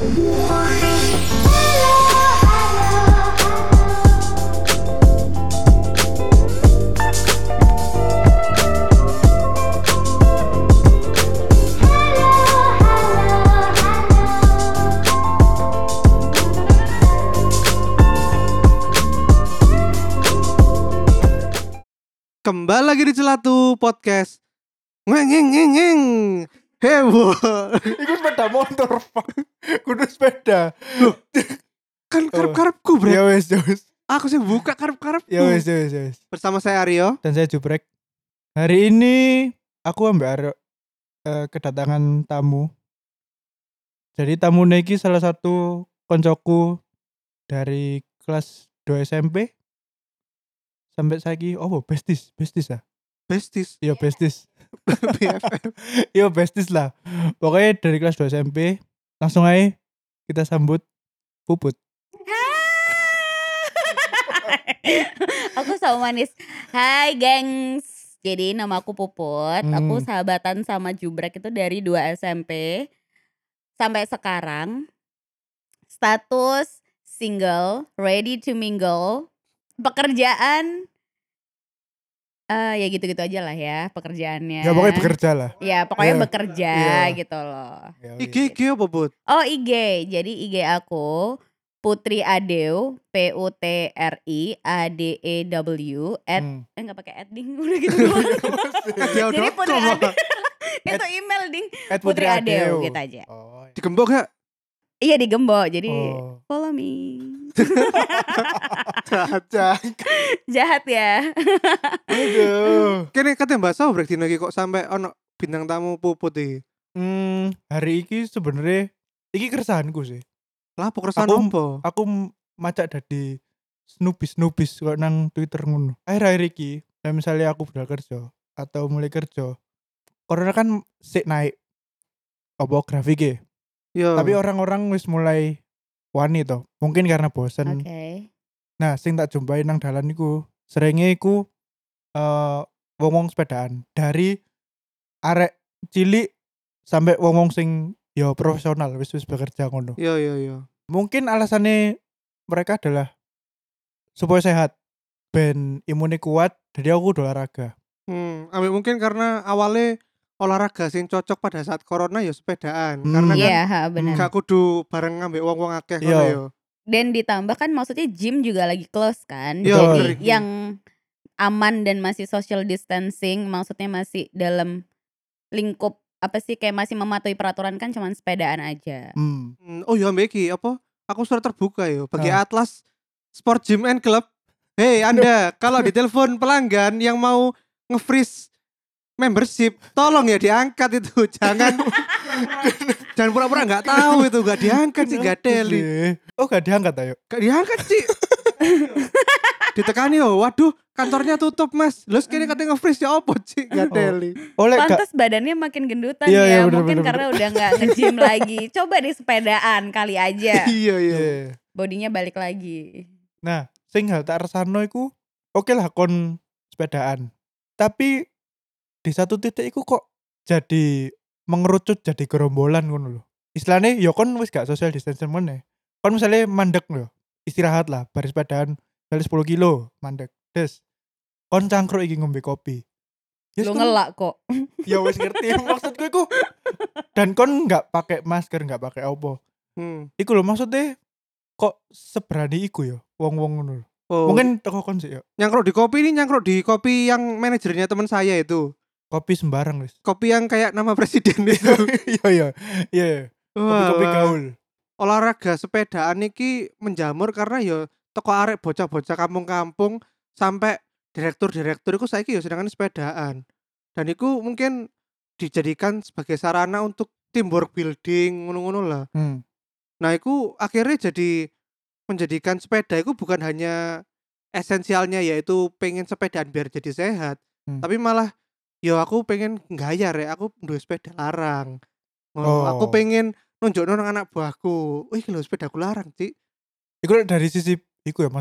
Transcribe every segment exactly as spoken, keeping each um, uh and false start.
Kembali lagi di Celatu Podcast. Ngeng ngeng ngeng ngeng. Heboh. Iku sepeda motor, Pak. Kudu sepeda. Loh, kan karep-karepku, Bre. Ya wes, ya wes. Aku sih buka karep-karepku. Ya wes, ya wes, ya wes. Bersama saya Aryo Dan saya Jubrek. Hari ini aku ambek Aryo eh, kedatangan tamu. Jadi tamu iki salah satu koncoku dari kelas dua S M P sampai saiki. Oh, besties, besties ah. Besties. Iya, besties. B F F. Iya, besties lah. Pokoknya dari kelas dua S M P langsung aja kita sambut Puput. Aku so manis. Hai gengs. Jadi nama aku Puput. Hmm. Aku sahabatan sama Jubrek itu dari dua S M P sampai sekarang. Status single, ready to mingle. Pekerjaan eh ya gitu-gitu aja lah ya pekerjaannya. Ya pokoknya bekerja lah. Ya pokoknya Iya. bekerja Iya. gitu loh. Ya, I G I G apa, Bud? Oh I G. Jadi I G aku Putri Adew, P U T R I A D E W at Hmm. eh nggak pakai at ding udah gitu doang. Jadi Putri Adew itu email ding At Putri Adew Adew. gitu aja. Oh. Digembok gak? Iya di Gembok jadi Oh. follow me. Caca. Jahat ya. Aduh. Kene katanya Mbak Sau break lagi kok sampai ono bintang tamu Puput iki. Hmm, hari ini sebenarnya iki keresahanku sih. Lah apa keresahan Aku- apa? Aku m- macak dadi snubis-snubis kok nang Twitter ngono. Akhir-akhir iki, kayak misalnya aku udah kerja atau mulai kerja. Corona kan sik naik apa grafiknya. Yo. Tapi orang-orang wis mulai wani toh. Mungkin karena bosen. Oke. Nah, sing tak jumpai nang dalan iku, seringnya iku eh wong-wong sepedaan dari arek cilik sampai wong-wong sing ya profesional wis wis bekerja ngono. Yo yo yo. Mungkin alasannya mereka adalah supaya sehat, ben imunnya kuat, jadi aku udah olahraga. Hmm, ambek mungkin karena awalnya olahraga sing cocok pada saat corona ya sepedaan. Hmm. Karena kan Iya, ha, benar. gak kudu bareng ngambek wong-wong akeh Iya. ngono yo. Dan ditambah kan maksudnya gym juga lagi close kan. Iya, betul. Jadi bener iki. yang aman dan masih social distancing, maksudnya masih dalam lingkup apa sih kayak masih mematuhi peraturan kan cuman sepedaan aja. Hmm. Hmm, oh ya ambek iki apa? Aku sudah terbuka yo bagi Ah. Atlas Sport Gym and Club. Hei Anda, kalau ditelepon pelanggan yang mau nge-freeze membership, tolong ya diangkat itu. Jangan jangan pura-pura nggak tahu itu, nggak diangkat sih, nggak teli. Oh, gak diangkat ayo. Gak diangkat sih. Ditekani yo, waduh kantornya tutup mas. Lu sekali katanya nge-freeze ya apa sih, nggak Oh. teli. Oleh gak Pantes badannya makin gendutan Iya, ya. iya, bener, Mungkin bener, karena udah gak nge-gym lagi. Coba di sepedaan kali aja. Iya iya. Iya. Bodinya balik lagi. Nah, sing hal tak resano iku oke lah kon sepedaan. Tapi di satu titik iku kok jadi mengerucut jadi gerombolan ngono lho. Istilahnya ya kon wis gak social distancing meneh. Kon misalnya mandek lho, istirahat lah bar sepedaan kali sepuluh kilo mandek. Des. Kon cangkruk iki ngombe kopi. Yes, Lu kon- ngelak kok. Ya wis ngerti maksudku iku. Dan kon nggak pakai masker, nggak pakai opo. Hmm. Iku lho maksudnya kok seberani iku ya wong-wong ngono lho. Oh, Mungkin toko kon sih ya. nyangkruk di kopi ini nyangkruk di kopi yang manajernya teman saya itu. Kopi sembarang wis. Kopi yang kayak nama presiden itu. Iya iya. Iya. Kopi-kopi Wah, gaul. olahraga sepedaan iki menjamur karena ya toko arek bocah-bocah kampung-kampung sampai direktur-direktur iku saiki ya sedangkan sepedaan. Dan iku mungkin dijadikan sebagai sarana untuk teamwork building ngono-ngono lah. Hmm. Nah, iku akhirnya jadi menjadikan sepeda itu bukan hanya esensialnya yaitu pengen sepedaan biar jadi sehat, Hmm. tapi malah yo aku pengen gaya re, aku duwe sepeda larang. Ngono, Oh. aku pengen nunjuk nang anak buahku. Wih, lho sepedaku larang, Cik. Iku dari sisi iku ya maksudnya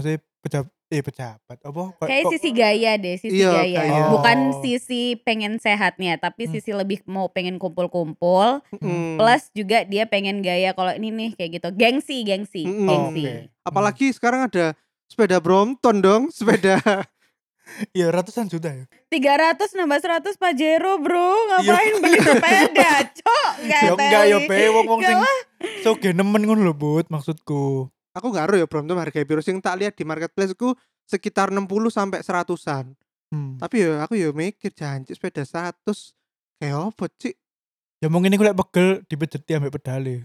Pejabat eh pejabat apa kok Kayak kok sisi gaya deh, sisi Iya, gaya. gaya. Bukan Oh. sisi pengen sehatnya, tapi Hmm. sisi lebih mau pengen kumpul-kumpul. Mm. Plus juga dia pengen gaya kalau ini nih kayak gitu. Gengsi, gengsi, Mm-mm. gengsi. Oke. Apalagi sekarang ada sepeda Brompton dong, sepeda. Iya ratusan juta ya. tiga ratus nambah seratus Pajero bro. Iya. Ngapain beli sepeda? Cok, nggak Ya enggak ya teli. be wong-wong sing Enggak soge nemen ngono lho Bud maksudku. Aku gak ero ya Brompton harga piro sing tak lihat di marketplace ku sekitar enam puluh sampai seratusan. Hmm. Tapi ya aku ya mikir janji sepeda seratus kayak apa cik? Ya mungkin iku lek pegel dipejeti ambek pedale.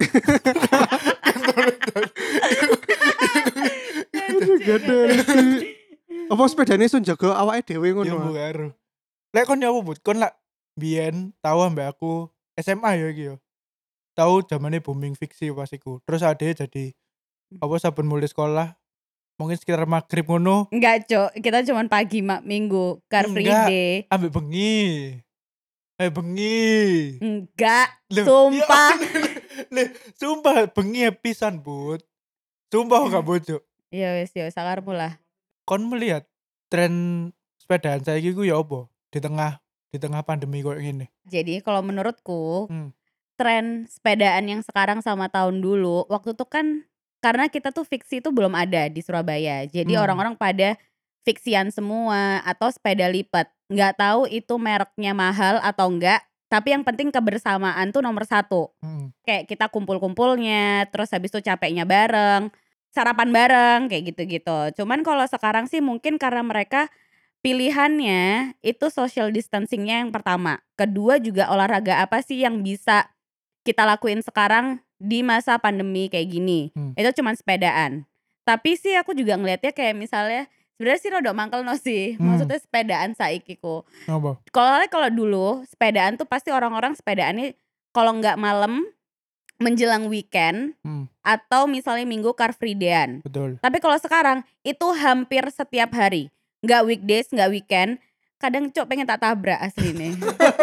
Aduh, gadel, Cik. Apa sepedane iso njaga awake dhewe Ya ngono? mbok ah? karo. Lek kon ya apa Bud? Kon lak biyen tau ambek aku S M A ya iki ya. Tahu zamane booming fiksi pas iku. Terus ade jadi apa saben mulai sekolah mungkin sekitar maghrib ngono Enggak, Cok. Kita cuman pagi mak minggu. Car free Enggak. day. ambek bengi. Eh bengi. Enggak. Loh, Sumpah. ya, le, sumpah bengi ya pisan Bud. Sumpah gak bocok. Ya wes, ya wes sakarmu lah. Kon melihat tren sepedaan saiki ku ya apa? Di tengah di tengah pandemi kayak gini. Jadi kalau menurutku Hmm. tren sepedaan yang sekarang sama tahun dulu, waktu itu kan karena kita tuh fiksi itu belum ada di Surabaya. Jadi Hmm. orang-orang pada fiksian semua atau sepeda lipat. Nggak tahu itu mereknya mahal atau enggak, tapi yang penting kebersamaan tuh nomor satu. Hmm. Kayak kita kumpul-kumpulnya, terus habis itu capeknya bareng, sarapan bareng, kayak gitu-gitu. Cuman kalau sekarang sih mungkin karena mereka pilihannya itu social distancingnya yang pertama. Kedua juga olahraga apa sih yang bisa kita lakuin sekarang di masa pandemi kayak gini. Hmm. Itu cuman sepedaan. Tapi sih aku juga ngelihatnya kayak misalnya sebenarnya sih rodok mangkel no sih. Hmm. Maksudnya sepedaan saiki ku. Apa? Kalau kalau dulu sepedaan tuh pasti orang-orang sepedaannya kalau nggak malam menjelang weekend Hmm. atau misalnya minggu car free day-an. Betul. Tapi kalau sekarang itu hampir setiap hari. Nggak weekdays, nggak weekend. Kadang cok pengen tak tabrak asli nih.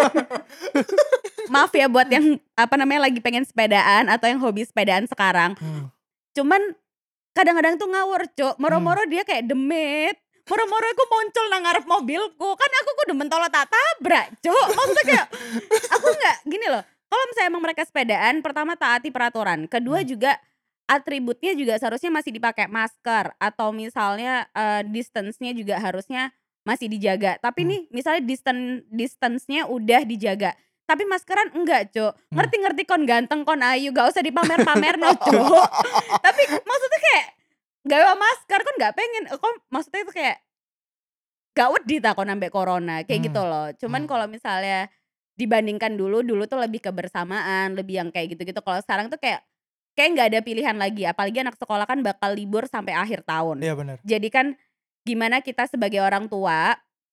Maaf ya buat yang apa namanya lagi pengen sepedaan atau yang hobi sepedaan sekarang. Hmm. Cuman kadang-kadang tuh ngawur cok. Moro-moro dia kayak demit. Moro-moro aku muncul nang ngarep mobilku. Kan aku kudu mentolo tak tabrak cok. Maksudnya kayak aku nggak gini loh. Kalau misalnya emang mereka sepedaan, pertama taati peraturan. Kedua Hmm. juga atributnya juga seharusnya masih dipakai masker atau misalnya uh, distance-nya juga harusnya masih dijaga. Tapi Hmm. nih misalnya distance distance-nya udah dijaga. Tapi maskeran enggak, Cok. Hmm. Ngerti-ngerti kon ganteng, kon ayu, gak usah dipamer-pamer no, Cok. Tapi maksudnya kayak gawe masker kon gak pengen, kon maksudnya itu kayak gak wedi ta kon ambek corona, kayak Hmm. gitu loh. Cuman Hmm. kalau misalnya dibandingkan dulu, dulu tuh lebih kebersamaan, lebih yang kayak gitu-gitu. Kalau sekarang tuh kayak kayak nggak ada pilihan lagi. Apalagi anak sekolah kan bakal libur sampai akhir tahun. Iya benar. Jadi kan gimana kita sebagai orang tua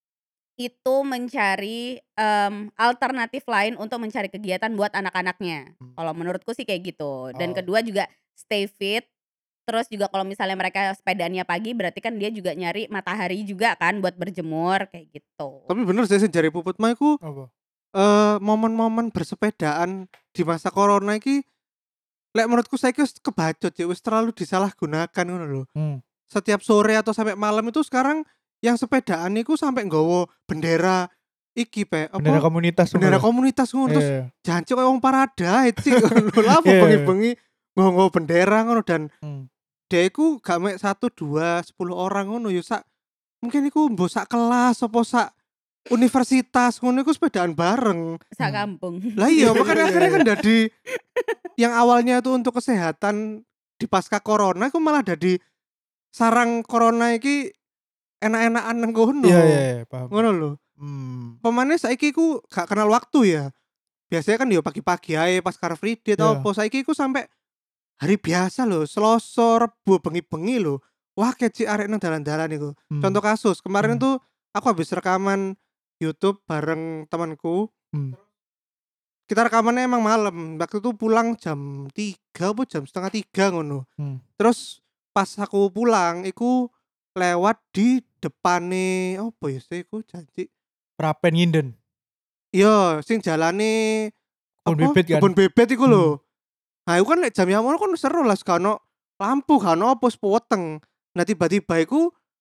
itu mencari em, alternatif lain untuk mencari kegiatan buat anak-anaknya. Hmm. Kalau menurutku sih kayak gitu. Dan Oh. kedua juga stay fit. Terus juga kalau misalnya mereka sepedanya pagi berarti kan dia juga nyari matahari juga kan buat berjemur kayak gitu. Tapi bener sih sing jare Puput mah iku Apa? eh momen-momen bersepedaan di masa corona iki lek menurutku saiki wis kebacut ya, wis terlalu disalahgunakan ngono lho. Hmm. Setiap sore atau sampai malam itu sekarang yang sepedaan iku sampai nggawa bendera iki pe Bendera apa komunitas. bendera komunitas ngono terus Iya. janji kayak wong parada cik ngono lha apa Iya. bengi-bengi nggawa bendera ngono dan Hmm. dia iku gak mek satu dua sepuluh orang ngono ya sak mungkin iku mbok sak kelas apa sak universitas ngono iku sepedaan bareng. Sak Hmm. kampung. Lah iya makanya akhirnya kan jadi yang awalnya itu untuk kesehatan di pasca corona itu malah jadi sarang corona iki enak-enakan nang kono. Iya iya iya, paham. Ngono lho. Hmm. Pemane saiki ku gak kenal waktu ya. Biasanya kan ya pagi-pagi ae pas car free day atau Iya. apa. Saiki ku sampai hari biasa lho, Selasa, Rebo, bengi-bengi lho. Wah kecik arek nang dalan-dalan iku. Hmm. Contoh kasus, kemarin Hmm. tuh aku habis rekaman YouTube bareng temanku. Hmm. Kita rekamannya emang malam. Waktu itu pulang jam tiga apa jam setengah tiga ngono. Hmm. Terus pas aku pulang iku lewat di depane apa ya sih iku janji. Prapen nginden. Iya, sing jalane Kebun apa? bibit kan? Kebun bibit iku lho. Hmm. Nah, iku kan lek jam yang ngono kan seru lah gak ono lampu, gak ono apa weteng. Nah, tiba-tiba iku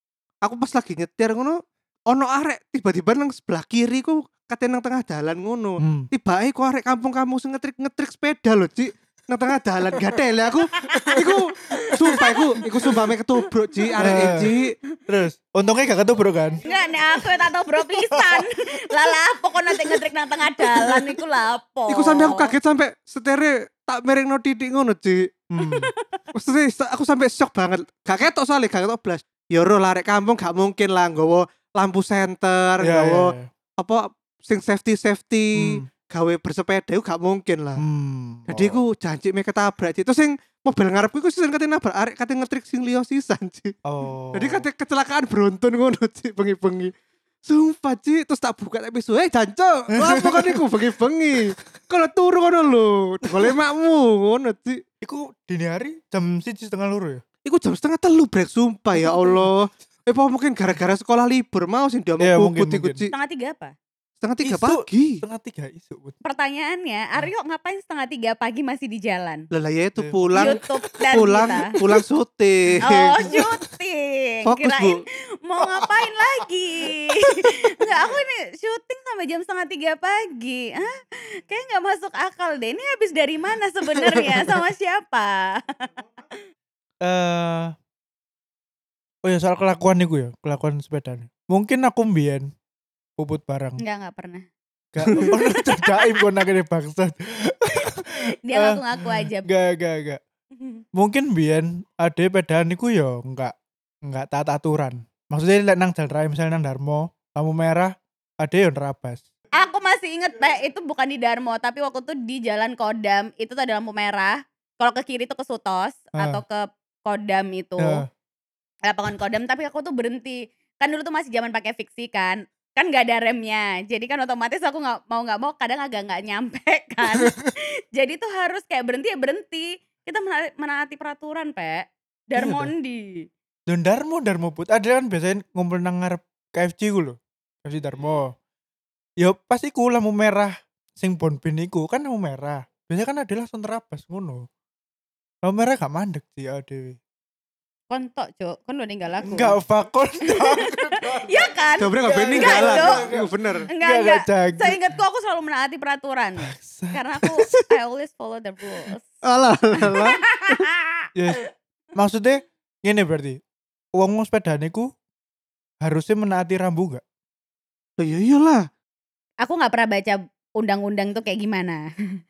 aku pas lagi nyetir ngono ono arek tiba-tiba nang sebelah kiri ku kate nang tengah dalan ngono. Hmm. Tibake ku arek kampung-kampung sing ngetrik-ngetrik sepeda lho, Cik. Nang tengah dalan gatel aku. Iku sumpah iku iku sumpah mek ketubruk, Cik, areke, Eh. Cik. Terus untungnya gak ketubruk kan? Enggak, nek aku ya tak tau bro pisan. Lah lapo kok nanti ngetrik nang tengah dalan iku lapo. Iku sampe aku kaget sampe setere tak merengno titik ngono, Cik. Hmm. Maksudnya sa- aku sampai shock banget. Gak ketok soalnya gak ketok blas. Ya ro larek kampung gak mungkin lah nggawa lampu senter, Iya, iya, nggawa iya. apa sing safety-safety, Hmm. gawe bersepeda itu gak mungkin lah. Hmm. Jadi aku janji mek ketabrak. Cik. Terus sing mobil ngarepku iku sing kate nabrak arek kate ngetrik sing liya sisan, Cik. Oh. Jadi kate kecelakaan beruntun ngono, Cik, bengi-bengi. Sumpah, Cik, terus tak buka tapi suwe, "Eh, jancuk, apa kan iku bengi-bengi? Kalau turu ngono lho, digolek makmu ngono, Cik." Iku dini hari jam siji setengah loro ya? Iku jam setengah telu brek sumpah ya Allah. Eh apa mungkin gara-gara sekolah libur mau sih dia mau Iya, puput mungkin, iku, mungkin. Cik. Setengah tiga apa? Setengah tiga Isu. pagi. Setengah tiga isu. Bud. Pertanyaannya, Aryo ngapain setengah tiga pagi masih di jalan? Lah lah ya itu Iya. pulang YouTube dan pulang kita. pulang syuting. Oh syuting. Fokus, Kirain Bu. mau ngapain lagi. Enggak, aku ini syuting sampai jam setengah tiga pagi. Hah? Kayaknya gak masuk akal deh. Ini habis dari mana sebenarnya? Sama siapa? Eh Oh ya soal kelakuan niku ya, kelakuan sepeda. Mungkin aku mbiyen puput barang. Enggak, gak pernah. Gak pernah terjaim kon akhirnya bangsat. Dia Eh, ngaku-ngaku aja. Gak gak gak. Mungkin mbiyen ade pedaan niku ya enggak enggak taat aturan. Maksudnya lek nang jalan raya misalnya nang Darmo, lampu merah ade yo nerabas. Aku masih inget, Pak, itu bukan di Darmo, tapi waktu itu di Jalan Kodam, itu tuh ada lampu merah. Kalau ke kiri tuh ke Sutos Ah. atau ke Kodam itu. Ya. Lapangan Kodam, tapi aku tuh berhenti. Kan dulu tuh masih zaman pakai fiksi kan. Kan gak ada remnya. Jadi kan otomatis aku nggak mau nggak mau kadang agak nggak nyampe kan. Jadi tuh harus kayak berhenti ya berhenti. Kita mena- menaati peraturan, Pak. Darmo Iya, endi? Dan Darmo Darmo put. Ada kan biasanya ngumpul nang ngarep K F C ku lho. K F C Darmo. Ya pasti ku lampu merah sing bonbin iku kan lampu merah. Biasanya kan ada langsung terabas ngono. Lampu merah gak mandek sih adewe. Kon tok, Cuk. Kon udah ninggal aku. Enggak fakon dong. Iya kan? Coba enggak bening Enggak, jalan. Cuk. Iku bener. Enggak, enggak. jago. Seingatku aku selalu menaati peraturan. Karena aku I always follow the rules. Alah alah. Yes. Maksudnya gini berarti. Wong sepeda niku harusnya menaati rambu gak? Lah iya iyalah. Aku nggak pernah baca undang-undang tuh kayak gimana.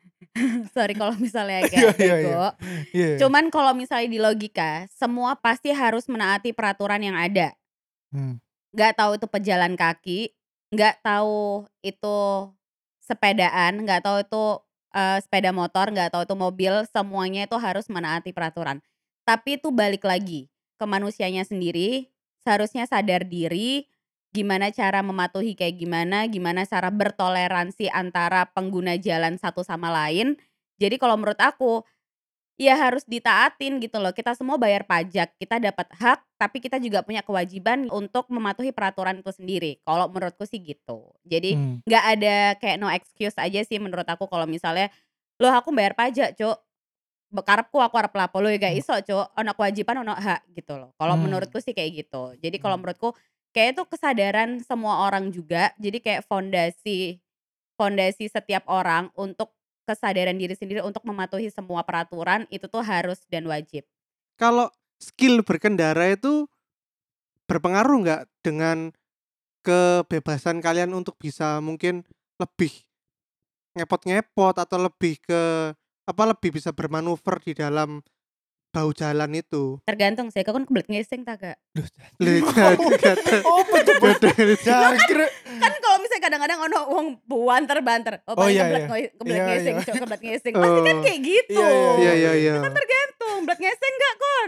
Sorry kalau misalnya Iya, agak iya, bego. Iya. Cuman kalau misalnya di logika, semua pasti harus menaati peraturan yang ada. Hmm. Nggak tahu itu pejalan kaki, nggak tahu itu sepedaan, nggak tahu itu eh, sepeda motor, nggak tahu itu mobil, semuanya itu harus menaati peraturan. Tapi itu balik lagi ke manusianya sendiri, seharusnya sadar diri, gimana cara mematuhi kayak gimana, gimana cara bertoleransi antara pengguna jalan satu sama lain. Jadi kalau menurut aku, ya harus ditaatin gitu loh. Kita semua bayar pajak, kita dapat hak, tapi kita juga punya kewajiban untuk mematuhi peraturan itu sendiri. Kalau menurutku sih gitu. Jadi Hmm. nggak ada kayak no excuse aja sih menurut aku kalau misalnya, loh aku bayar pajak, Cuk. Karepku aku arep lapo lho ya gak iso, Cuk. Ono kewajiban ono hak gitu loh. Kalau Hmm. menurutku sih kayak gitu. Jadi kalau Hmm. menurutku kayak itu kesadaran semua orang juga. Jadi kayak fondasi fondasi setiap orang untuk kesadaran diri sendiri untuk mematuhi semua peraturan itu tuh harus dan wajib. Kalau skill berkendara itu berpengaruh nggak dengan kebebasan kalian untuk bisa mungkin lebih ngepot-ngepot atau lebih ke apa lebih bisa bermanuver di dalam bau jalan itu. Tergantung sih, kau kan kebelet ngeseng tak gak? Lha gata. Oh betul betul. Jangkrik. Kan kalau misalnya kadang-kadang ono wong banter-banter, oh Oh, paling iya, kebelet iya. ngoi- kebelet Iya, ngeseng, iya. Cuk, kebelet ngeseng. Pasti kan Oh. kayak gitu. Iya, Iya iya iya. Kan tergantung, kebelet ngeseng gak kon?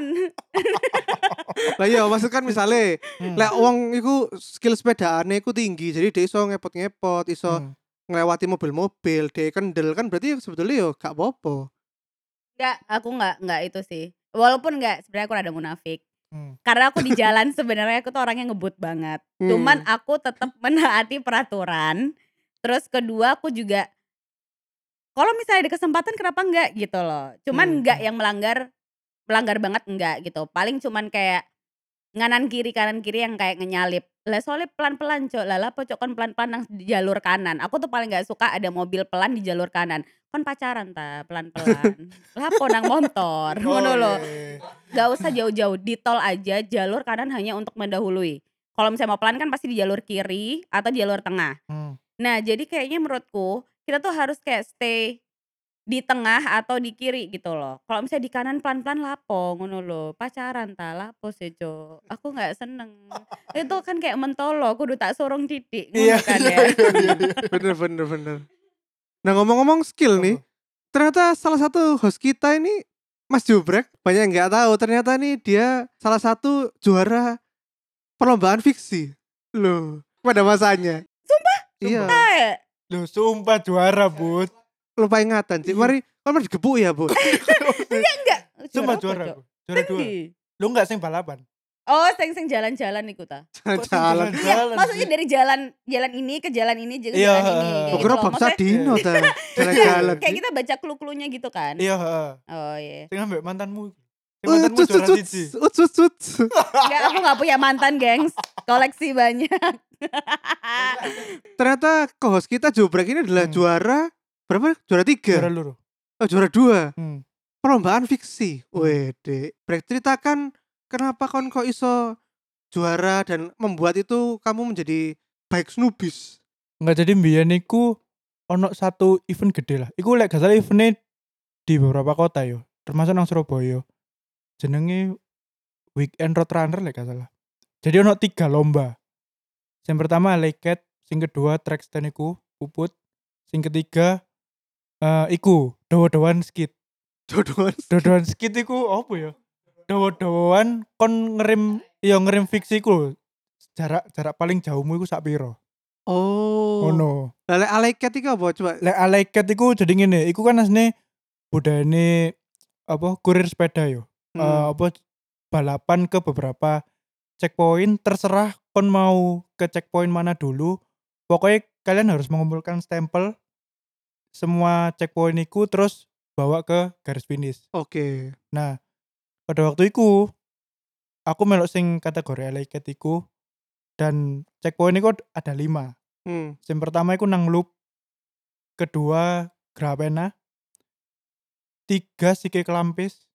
Lah iya maksud kan misale Hmm. lek wong iku skill sepedane iku tinggi jadi dia iso ngepot-ngepot, iso Hmm. ngelewati mobil-mobil, dia kendel kan berarti sebetulnya yo gak apa-apa. Enggak, aku enggak enggak itu sih. Walaupun enggak sebenarnya aku rada munafik. Hmm. Karena aku di jalan sebenarnya aku tuh orangnya ngebut banget. Hmm. Cuman aku tetap menaati peraturan. Terus kedua aku juga kalau misalnya ada kesempatan kenapa enggak gitu loh. Cuman Hmm. enggak yang melanggar melanggar banget enggak gitu. Paling cuman kayak nganan kiri kanan kiri yang kayak ngenyalip. Lah soalnya pelan-pelan Cok, lah lapo Cok kon pelan-pelan nang di jalur kanan. Aku tuh paling gak suka ada mobil pelan di jalur kanan. Kon pacaran ta pelan-pelan. Lapo nang motor ngono lho. iya. Gak usah jauh-jauh, di tol aja jalur kanan hanya untuk mendahului. Kalau misalnya mau pelan kan pasti di jalur kiri atau di jalur tengah. Hmm. Nah, jadi kayaknya menurutku kita tuh harus kayak stay di tengah atau di kiri gitu loh. Kalau misalnya di kanan pelan-pelan lapo ngono lho. Pacaran ta lapo sih Cok. Aku nggak seneng. Itu kan kayak mentolo, kudu tak sorong titik Iya, ngono kan iya, ya. iya, iya, iya. Bener bener bener. Nah ngomong-ngomong skill nih, ternyata salah satu host kita ini Mas Jubrek, banyak yang nggak tahu ternyata nih dia salah satu juara perlombaan fiksi. Loh, pada masanya. Sumpah? Iya, Eh, Loh, sumpah juara, Bud. lupa ingatan sih. Mari, kan mari digebuk ya, Bu. enggak. Sumpah apa, juara Cok? aku. Juara dua. Sendi. Lu enggak sing balapan. Oh, sing sing jalan-jalan iku ta. Kok sing Jalan. Iya, jalan-jalan maksudnya sih? dari jalan jalan ini ke jalan ini ke Iya, jalan ini heeh. kayak Kok gitu kira loh. bab Maksudnya Sadino ta. Jalan-jalan. kayak kita baca clue-cluenya gitu kan. Iya, heeh. Oh iya. Sing ambek mantanmu. Sing Uh, mantanmu Uts, juara uts, uts, siji. uts, uts, uts. Enggak, aku gak punya mantan, gengs. Koleksi banyak. Ternyata co-host kita Jubrek ini adalah Hmm. juara berapa? Juara tiga. Juara loro. Oh, juara dua. Hmm. Perlombaan fiksi. Hmm. Wede. Brek ceritakan kenapa kon kok iso juara dan membuat itu kamu menjadi baik snubis. Enggak, jadi mbiyen iku ono satu event gede lah. Iku lek gak salah eventnya di beberapa kota yo, termasuk nang Surabaya. Jenenge Weekend Road Runner lek gak salah. Jadi ono tiga lomba. Yang pertama leket, sing kedua track stand iku puput, sing ketiga eh iku dawa-dawan skit. Jodohan. Dawa-dawan skit iku apa ya? Dawa-dawan kon ngerim ya ngerim fiksi iku lho. Jarak jarak paling jauhmu iku sak piro? Oh. Ngono. Lah lek aleket iki apa coba? Lek aleket iku jadi ngene, iku kan asline budayane apa kurir sepeda yo. Eh, Hmm. apa balapan ke beberapa checkpoint, terserah kon mau ke checkpoint mana dulu. Pokoknya kalian harus mengumpulkan stempel semua checkpoint iku terus bawa ke garis finish. Oke. Nah, pada waktu itu aku melok sing kategori aleket iku dan checkpoint iku ada lima. Hmm. Yang pertama iku nang loop, kedua Grapena, tiga Sike Kelampis,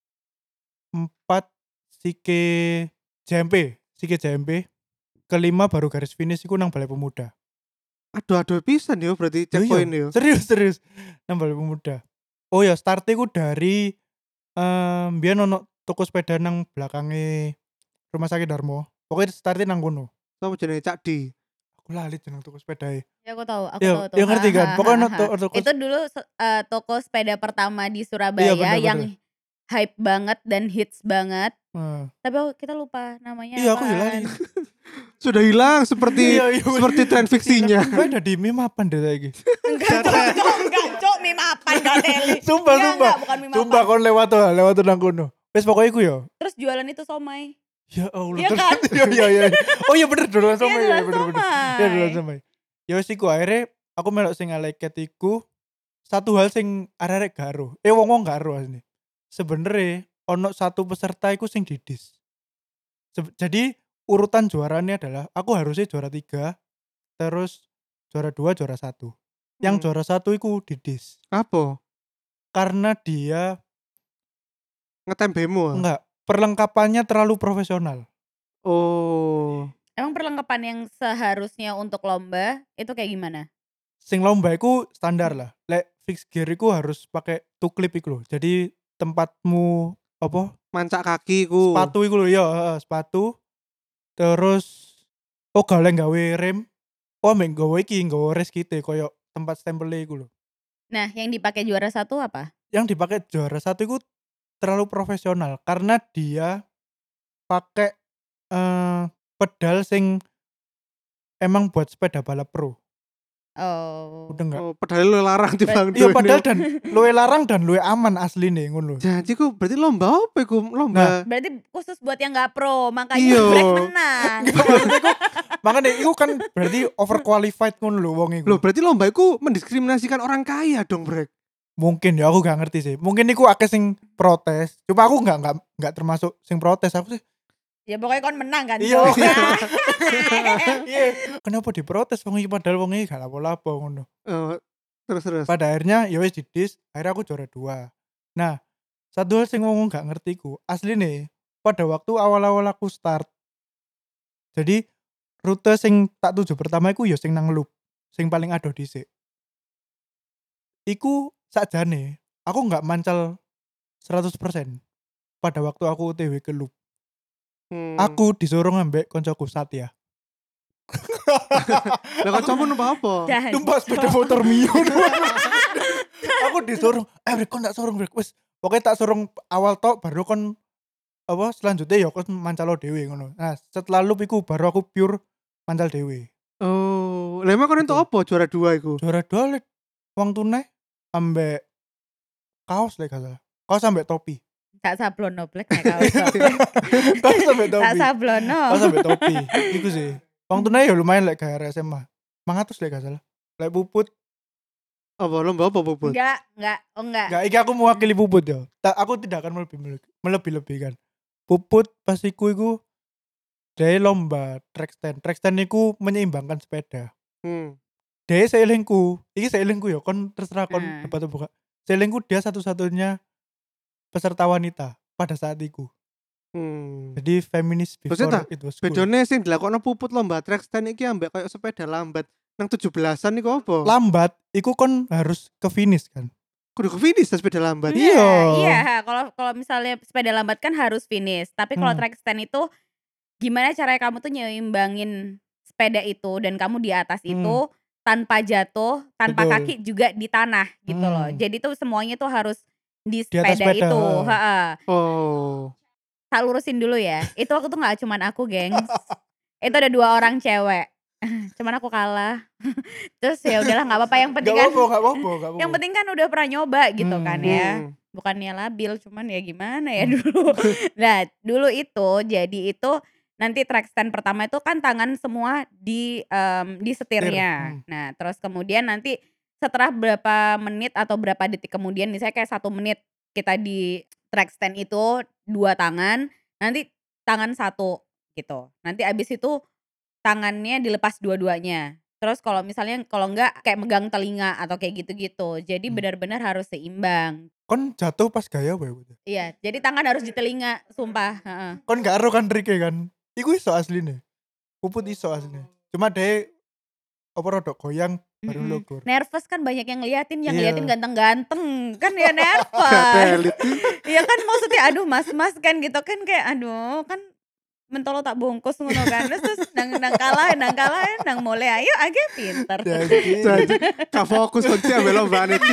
empat Sike J M P, Sike J M P, kelima baru garis finish iku nang Balai Pemuda. Aduh aduh pisan yo berarti Yo, checkpoint yo. yo. Serius serius nang Balai Pemuda. Oh ya, starte iku dari em biyen ono toko sepeda nang belakange Rumah Sakit Darmo. Pokoknya starte nang kono. Sama jenenge Cak Di. Aku lali jeneng toko sepeda e. Ya aku tahu, aku Ya, tahu tuh. ya ngerti kan? Ha, ha, Pokoknya ha, ono to- ha. toko Itu dulu se- eh, toko sepeda pertama di Surabaya Iya, bener, yang bener. hype banget dan hits banget. Heeh. Tapi aku- kita lupa namanya Iya, aku ya apaan. lali. Sudah hilang seperti Iya, iya, seperti tren fiksinya. Gue udah di meme apa deh lagi. Enggak, Cok, Cok, enggak, Cok, meme apaan gak teli. Sumpah, Enggak, sumpah. enggak, bukan meme Sumpah apaan. kon lewat tuh, lewat tuh nang kono. Wes pokoknya iku ya. Terus jualan itu somai. Ya Allah. Iya terus- kan? Iya iya iya. Oh iya bener duluan sama Iya, ya, jualan bener bener. somai. Iya duluan sama. Ya wes iku akhirnya aku melok sing aleket iku satu hal sing arek-arek gak ero. Eh wong-wong gak ero asline. Sebenernya ono satu peserta iku sing didis. Seb- jadi urutan juaranya adalah aku harusnya juara tiga, terus juara dua, juara satu. Yang Hmm. juara satu iku didis Apa? karena dia Ngetem bemo. ah? enggak perlengkapannya terlalu profesional. Oh. Emang perlengkapan yang seharusnya untuk lomba itu kayak gimana? Sing lomba iku standar lah. Lek fix gear iku harus pakai two clip iku lho. Jadi tempatmu apa? Mancak kaki ku. Sepatu iku lho ya, heeh, sepatu. Terus oh gak gawe rem. Oh mek gawe iki, gawe res kite koyo tempat stempel iku lho. Nah, yang dipakai juara satu apa? Yang dipakai juara satu iku terlalu profesional karena dia pakai eh pedal sing emang buat sepeda balap pro. Oh. Udah enggak? Oh, padahal lu larang timbang Iya duwe. padahal dan luwe larang dan luwe aman asline ngono lho. Jadi ku berarti lomba apa ku? Nah, Lomba. Berarti khusus buat yang gak pro, makanya Iya. Brek menang. Enggak, maksudnya iku makanya iku kan berarti overqualified ngono lho wong iku. Loh, berarti lomba iku mendiskriminasikan orang kaya dong, Brek. Mungkin ya aku gak ngerti sih. Mungkin iku akeh sing protes. Cuma aku gak gak gak termasuk sing protes. Aku sih Ya pokoknya kon menang kan. Iya. Cok. Iya. Kenapa diprotes wong iki padahal wong iki gak lapo-lapo ngono. Oh, terus terus. Pada akhirnya ya wis didis, akhirnya aku juara dua. Nah, satu hal sing wong gak ngerti ku, asline pada waktu awal-awal aku start. Jadi rute sing tak tuju pertama iku ya sing nang loop, sing paling adoh dhisik. Iku sakjane aku gak mancal seratus persen pada waktu aku O T W ke loop. Hmm. Aku disuruh ngambek koncoku Satya. Lah kancamu numpak apa? Dan- Numpak sepeda motor Mio. Aku disuruh, eh Brek kon tak suruh Brek. Wis pokoke tak suruh awal tok baru kon apa selanjutnya ya kon mancalo dhewe ngono. Nah, setelah loop iku baru aku pure mancal dhewe. Oh, lah emang kon entuk apa juara dua iku? Juara dua lek wong tunai ambek kaos lek gak salah. Kaos ambek topi. Tak sablono blek nek kaos. Kaos ambek Tak topi. sablono. Kaos ambek topi. Iku sih. Wong tunai ya lumayan lek gak S M A. lima ratus lek gak salah. Lek puput Apa lomba apa bubut? Enggak, enggak, oh enggak. enggak, iki aku mewakili puput ya. Ta, aku tidak akan melebih melebih-lebihkan. Puput pas iku iku dari lomba track stand. Track stand iku menyeimbangkan sepeda. Hmm. Dia seelingku, iki seelingku ya, kon terserah kon Hmm. dapat atau buka. Seelingku dia satu-satunya peserta wanita pada saat itu. Hmm. Jadi feminis Maksudnya before it was cool. bedone sing dilakokno puput lomba track stand iki ambek kayak sepeda lambat. Nang tujuh belasan niku apa? Lambat, iku kon harus ke finish kan. Kudu ke finish tas sepeda lambat. Iya, Iya. iya. Kalau kalau misalnya sepeda lambat kan harus finish. Tapi kalau Hmm. track stand itu gimana caranya kamu tuh nyimbangin sepeda itu dan kamu di atas Hmm. itu tanpa jatuh, tanpa Betul. kaki juga di tanah gitu loh. Hmm. Jadi tuh semuanya tuh harus di Di atas sepeda, sepeda, itu. ha. Heeh. Oh. Tak lurusin dulu ya. Itu waktu tuh nggak cuman aku, gengs. Itu ada dua orang cewek. Cuman aku kalah. Terus ya udahlah nggak apa-apa, yang penting Gak kan apa-apa, gak apa-apa, gak apa-apa. yang penting kan udah pernah nyoba gitu Hmm. kan ya. Hmm. Bukannya labil, cuman ya gimana ya dulu. Nah, dulu itu jadi itu nanti track stand pertama itu kan tangan semua di em, di setirnya. Hmm. Nah, terus kemudian nanti setelah berapa menit atau berapa detik kemudian, misalnya kayak satu menit kita di track stand itu dua tangan, nanti tangan satu gitu. Nanti abis itu tangannya dilepas dua-duanya. Terus kalau misalnya kalau enggak kayak megang telinga atau kayak gitu-gitu. Jadi Hmm. benar-benar harus seimbang. Kon jatuh pas gaya apa ya? Iya, jadi tangan harus di telinga, sumpah. Heeh. Kon gak ero kan triknya kan. Iku iso asline. Puput iso asline. Cuma deh apa rodok goyang baru Mm-mm. logur. Nervous kan banyak yang ngeliatin, yang Iya. ngeliatin ganteng-ganteng kan ya Gak nervous. pelit. Iya kan maksudnya aduh mas-mas kan gitu kan kayak aduh kan mentolo tak bungkus ngono kan. Terus terus nang nang kalah, nang kalah, nang mulai ayo agak pinter. Jadi Jadi gak fokus kunci ambek lombaan iki.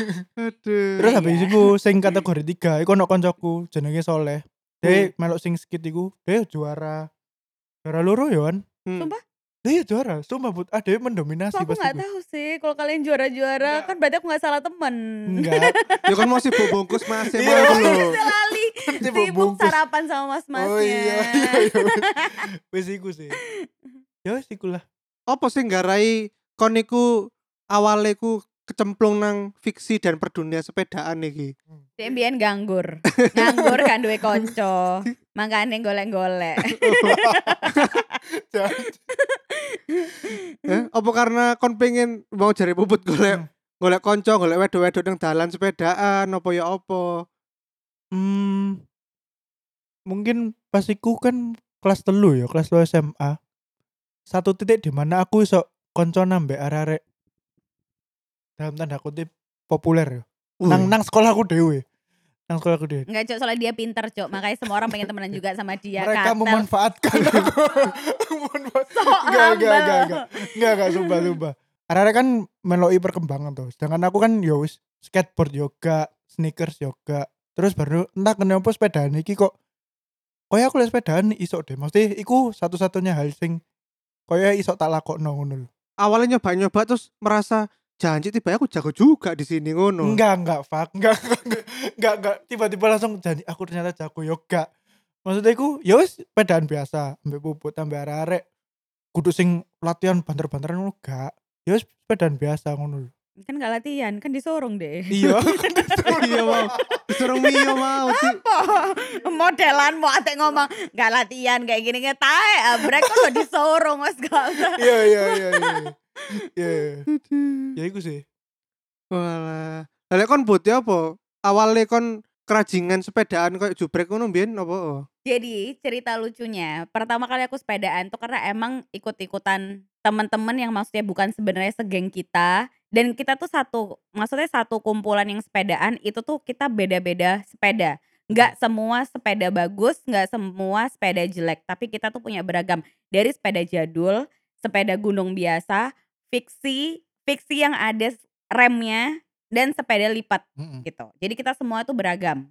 Aduh. terus habis Iya. iku sing kategori tiga iku ono koncoku jenenge Soleh. Dia melok sing skit iku, dia juara. Juara loro ya kan? Hmm. Sumpah, Dia juara, sumpah but ada yang mendominasi kok aku pas nggak iku. tahu sih kalau kalian juara-juara kan berarti aku nggak salah temen. Enggak. Ya kan masih bungkus masih Iya. mau lho. Selali Sibuk sibuk bungkus. sarapan sama mas-masnya. Oh iya, iya, iya. Wis iku sih. Ya wis iku lah. Apa sih nggarai kon iku awale ku kecemplung nang fiksi dan perdunia sepedaan iki. Dia mbiyen nganggur. Nganggur kan duwe konco. Makane golek-golek. Eh, apa karena kon pengen mau jari puput golek Hmm. golek konco, golek wedok-wedok nang dalan sepedaan apa ya apa? Hmm, mungkin pas iku kan kelas telu ya, kelas telu S M A. Satu titik di mana aku iso konco nambah arek-arek dalam tanda kutip populer ya. Nang nang sekolahku dhewe. Nang sekolahku dhewe. Enggak, Cok, soalnya dia pinter, Cok. Makanya semua orang pengen temenan juga sama dia. Mereka Katel. memanfaatkan aku. Memanfaat- So Enggak, enggak, humble. enggak, enggak. Enggak, enggak, sumpah, sumpah. Arek-arek kan meloi perkembangan tuh. Sedangkan aku kan ya wis skateboard yoga, sneakers yoga. Terus baru entah kenapa sepedaan iki kok koyo aku lek sepedaan iso deh. Maksudnya iku satu-satunya hal sing koyo iso tak lakokno ngono lho. Awalnya nyoba-nyoba terus merasa janji tiba aku jago juga di sini ngono. Enggak, enggak, fuck. Enggak, enggak, enggak, enggak, enggak. Tiba-tiba langsung jadi aku ternyata jago yoga. Maksudnya iku ya wis sepedaan biasa, ambek puput, ambek arek-arek kudu sing latihan banter-banteran ngono gak. Ya wis sepedaan biasa ngono lho. Kan gak latihan, kan disorong deh. Iya. Iya mau. Disuruh Mio mau sih. Apa? Modelan mau ate ngomong gak latihan kayak gini kayak tae abrek kok disorong Mas gak usah. Iya iya iya iya. Iya. Ya iku sih. Walah. Lah lek kon boti apa? Awale kon kerajingan sepedaan koyo jubrek ngono mbiyen apa? Jadi cerita lucunya, pertama kali aku sepedaan tuh karena emang ikut-ikutan teman-teman yang maksudnya bukan sebenarnya segeng kita dan kita tuh satu maksudnya satu kumpulan yang sepedaan itu tuh kita beda-beda sepeda. Nggak semua sepeda bagus, nggak semua sepeda jelek, tapi kita tuh punya beragam. Dari sepeda jadul, sepeda gunung biasa, fiksi, fiksi yang ada s- remnya dan sepeda lipat Heeh. gitu. Jadi kita semua tuh beragam.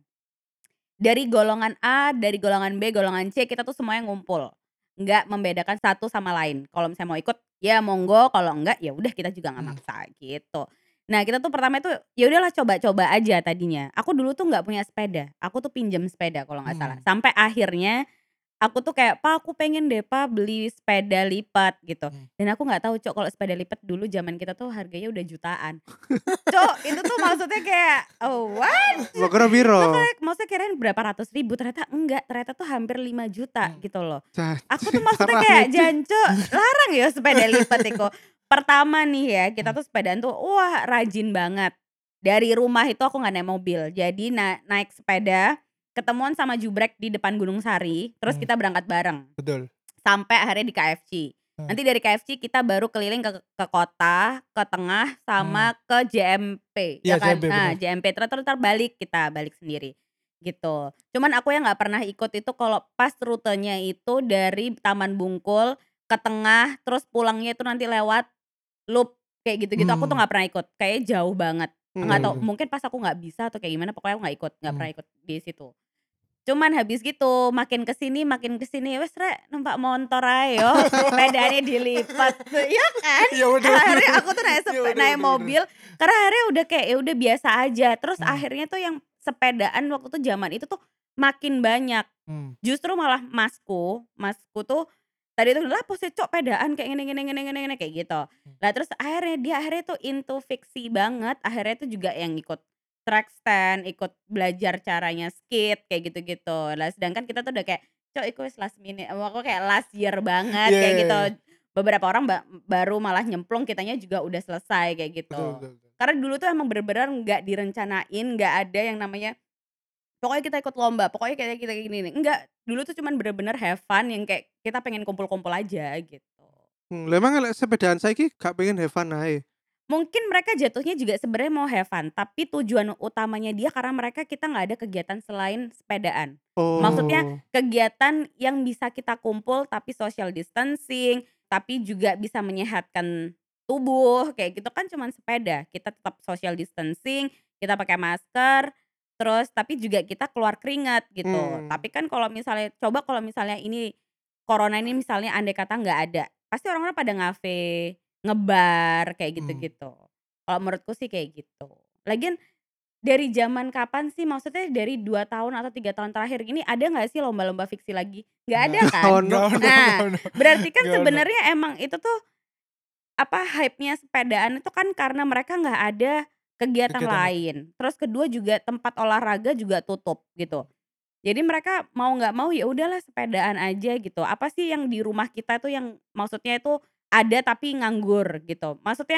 Dari golongan A, dari golongan B, golongan C, kita tuh semuanya ngumpul. Nggak membedakan satu sama lain. Kalau misalnya mau ikut, ya monggo, kalau enggak ya udah kita juga nggak Mhm. maksa gitu. Nah, kita tuh pertama itu ya udahlah coba-coba aja tadinya. Aku dulu tuh nggak punya sepeda. Aku tuh pinjam sepeda kalau nggak salah. Mhm. Sampai akhirnya aku tuh kayak, "Pa, aku pengen deh, Pa, beli sepeda lipat," gitu. Mhm. Dan aku nggak tahu, Cok, kalau sepeda lipat dulu zaman kita tuh harganya udah jutaan. Cok, itu tuh maksudnya kayak, "Oh, what?" Mbok kira piro? Makanya maksudnya kirain berapa ratus ribu, ternyata enggak, ternyata tuh hampir lima juta Hmm. gitu loh. Caci, Aku tuh maksudnya parah kayak nih. jancuk, larang ya sepeda lipat iku. Pertama nih ya, kita Hmm. tuh sepedaan tuh wah rajin banget. Dari rumah itu aku nggak naik mobil, jadi na naik sepeda, ketemuan sama jubrek di depan Gunung Sari, terus Hmm. kita berangkat bareng. Betul. Sampai akhirnya di K F C. Hmm. Nanti dari K F C kita baru keliling ke ke kota, ke tengah, sama ke J M P ya Iya kan. J M P Nah bener. J M P terus terus balik kita balik sendiri gitu. Cuman aku yang nggak pernah ikut itu kalau pas rutenya itu dari Taman Bungkul ke tengah, terus pulangnya itu nanti lewat loop kayak gitu-gitu aku tuh Hmm. nggak pernah ikut. Kayaknya jauh banget. Nggak Betul tahu Hmm. betul. mungkin pas aku nggak bisa atau kayak gimana pokoknya aku nggak ikut, nggak Hmm. pernah ikut di situ. Cuman habis gitu makin ke sini makin ke sini, "Wes Rek numpak montor ae yo, sepedanya dilipat." Iya kan? Iya betul betul. Akhirnya aku tuh naik Iya sepe betul naik betul betul. mobil karena akhirnya udah kayak ya udah biasa aja. Terus Hmm. akhirnya tuh yang sepedaan waktu itu zaman itu tuh makin banyak. Hmm. Justru malah masku, masku tuh tadi tuh, "Lah pose Cok pedaan kayak gini gini gini gini gini," kayak gitu. Hmm. Lah terus akhirnya dia akhirnya tuh into fiksi banget, akhirnya tuh juga yang ikut track stand, ikut belajar caranya skate kayak gitu-gitu. Lah sedangkan kita tuh udah kayak, "Cok iku wis last minute," aku kayak last year banget Iya kayak iya gitu. iya. Beberapa orang ba baru malah nyemplung, kitanya juga udah selesai kayak Betul gitu. betul betul. Karena dulu tuh emang bener-bener nggak direncanain, nggak ada yang namanya, "Pokoknya kita ikut lomba, pokoknya kayak kita kayak gini nih." Enggak, dulu tuh cuman bener-bener have fun yang kayak kita pengen kumpul-kumpul aja gitu. Hmm, lah emang lek sepedaan saiki gak pengen have fun ae? Mungkin mereka jatuhnya juga sebenarnya mau have fun, tapi tujuan utamanya dia karena mereka kita nggak ada kegiatan selain sepedaan. Maksudnya Oh. kegiatan yang bisa kita kumpul tapi social distancing, tapi juga bisa menyehatkan tubuh kayak gitu kan cuman sepeda. Kita tetap social distancing, kita pakai masker, terus tapi juga kita keluar keringat gitu. Hmm. Tapi kan kalau misalnya coba kalau misalnya ini corona ini misalnya andai kata nggak ada, pasti orang-orang pada ngafe, ngebar, kayak Hmm. gitu-gitu. Kalau menurutku sih kayak gitu. Lagian dari zaman kapan sih maksudnya dari dua tahun atau tiga tahun terakhir ini ada nggak sih lomba-lomba fiksi lagi? Nggak ada Nggak. kan? Ono. Nggak ono Nah, nggak ono. berarti kan Nggak ono. sebenarnya emang itu tuh apa hype-nya sepedaan itu kan karena mereka nggak ada kegiatan Kegiatan lain. lain. Terus kedua juga tempat olahraga juga tutup gitu. Jadi mereka mau nggak mau ya udahlah sepedaan aja gitu. Apa sih yang di rumah kita tuh yang maksudnya itu ada tapi nganggur gitu. Maksudnya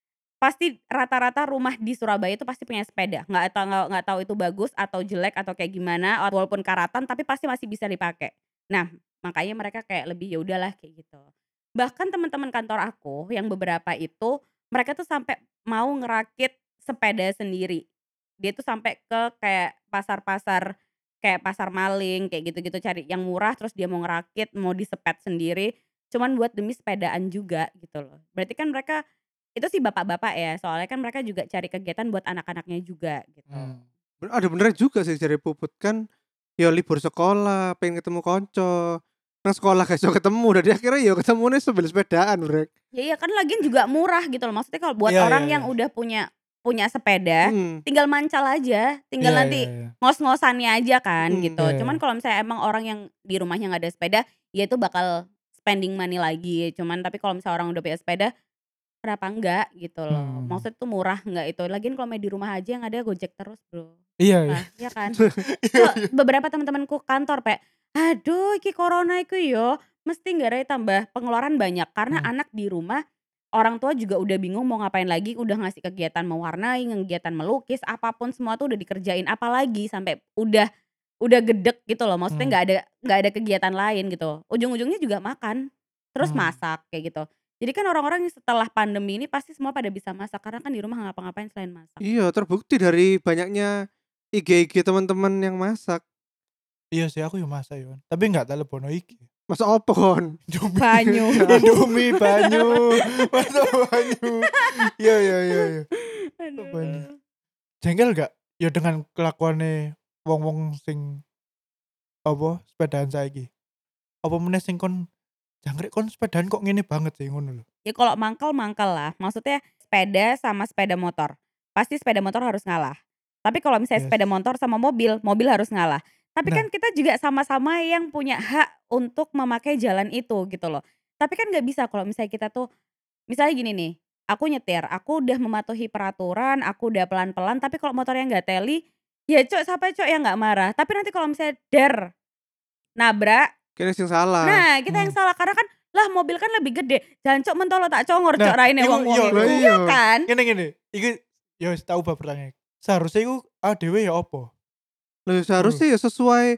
pasti rata-rata rumah di Surabaya itu pasti punya sepeda. Nggak tahu nggak nggak tahu itu bagus atau jelek atau kayak gimana, walaupun karatan tapi pasti masih bisa dipakai. Nah, makanya mereka kayak lebih ya udahlah kayak gitu. Bahkan teman-teman kantor aku yang beberapa itu mereka tuh sampai mau ngerakit sepeda sendiri. Dia tuh sampai ke kayak pasar-pasar kayak pasar maling kayak gitu-gitu cari yang murah terus dia mau ngerakit, mau disepet sendiri cuman buat demi sepedaan juga gitu loh. Berarti kan mereka itu sih bapak-bapak ya, soalnya kan mereka juga cari kegiatan buat anak-anaknya juga gitu. Hmm. Ben ada bener juga sih jare Puput kan, ya libur sekolah, pengen ketemu konco, nang sekolah gak iso ketemu, dadi akhirnya ya ketemune sambil sepedaan, Brek. Ya iya kan lagian juga murah gitu loh, maksudnya kalau buat Iya iya orang iya. yang udah punya punya sepeda, Mhm. tinggal mancal aja, tinggal Iya iya nanti iya. ngos-ngosannya aja kan Mhm. gitu. Iya Cuman iya. kalau misalnya emang orang yang di rumahnya nggak ada sepeda, ya itu bakal spending money lagi. Cuman tapi kalau misalnya orang udah punya sepeda, kenapa enggak gitu loh. Hmm. Maksudnya tuh murah enggak itu. Lagian kalau main di rumah aja yang ada Gojek terus, Bro. Iya iya. Nah, iya kan? Iya Kok iya. beberapa teman-temanku kantor kayak, "Aduh iki corona iku yo mesti nggarai tambah pengeluaran banyak." Karena Hmm. anak di rumah, orang tua juga udah bingung mau ngapain lagi, udah ngasih kegiatan mewarnai, kegiatan melukis, apapun semua tuh udah dikerjain, apalagi sampai udah udah gedek gitu loh. Maksudnya Hmm. nggak ada nggak ada kegiatan lain gitu. Ujung-ujungnya juga makan, terus Hmm. masak kayak gitu. Jadi kan orang-orang yang setelah pandemi ini pasti semua pada bisa masak karena kan di rumah nggak ngapa-ngapain selain masak. Iya, terbukti dari banyaknya I G I G teman-teman yang masak. Iya sih aku yo masak yo. Tapi enggak telepono iki. Masak opo kon? Indomie. Banyu. Indomie banyu. Masak banyu. Iya iya iya iya. Banyu. Aduh. Jengkel gak ya dengan kelakuane wong-wong sing apa sepedaan saiki? Apa meneh sing kon jangkrik kon sepedaan kok ngene banget sih ngono lho. Ya kalau mangkal, mangkal lah. Maksudnya sepeda sama sepeda motor. Pasti sepeda motor harus ngalah. Tapi kalau misalnya Yes. sepeda motor sama mobil, mobil harus ngalah. Tapi Nah. kan kita juga sama-sama yang punya hak untuk memakai jalan itu gitu loh. Tapi kan nggak bisa kalau misalnya kita tuh misalnya gini nih, aku nyetir, aku udah mematuhi peraturan, aku udah pelan-pelan, tapi kalau motornya nggak teli, ya Cok, siapa Cok yang nggak marah? Tapi nanti kalau misalnya der nabrak, Kene sing salah. nah kita yang Hmm. salah karena kan lah mobil kan lebih gede. Jancuk mentolo tak congor Nah, Cok raine iku wong-wong iya, iku. lah Iya iya. kan? Ngene ngene, iki ya wis tau bab pertanyaan. Seharusnya iku awake dhewe ya apa? Loh seharusnya ya sesuai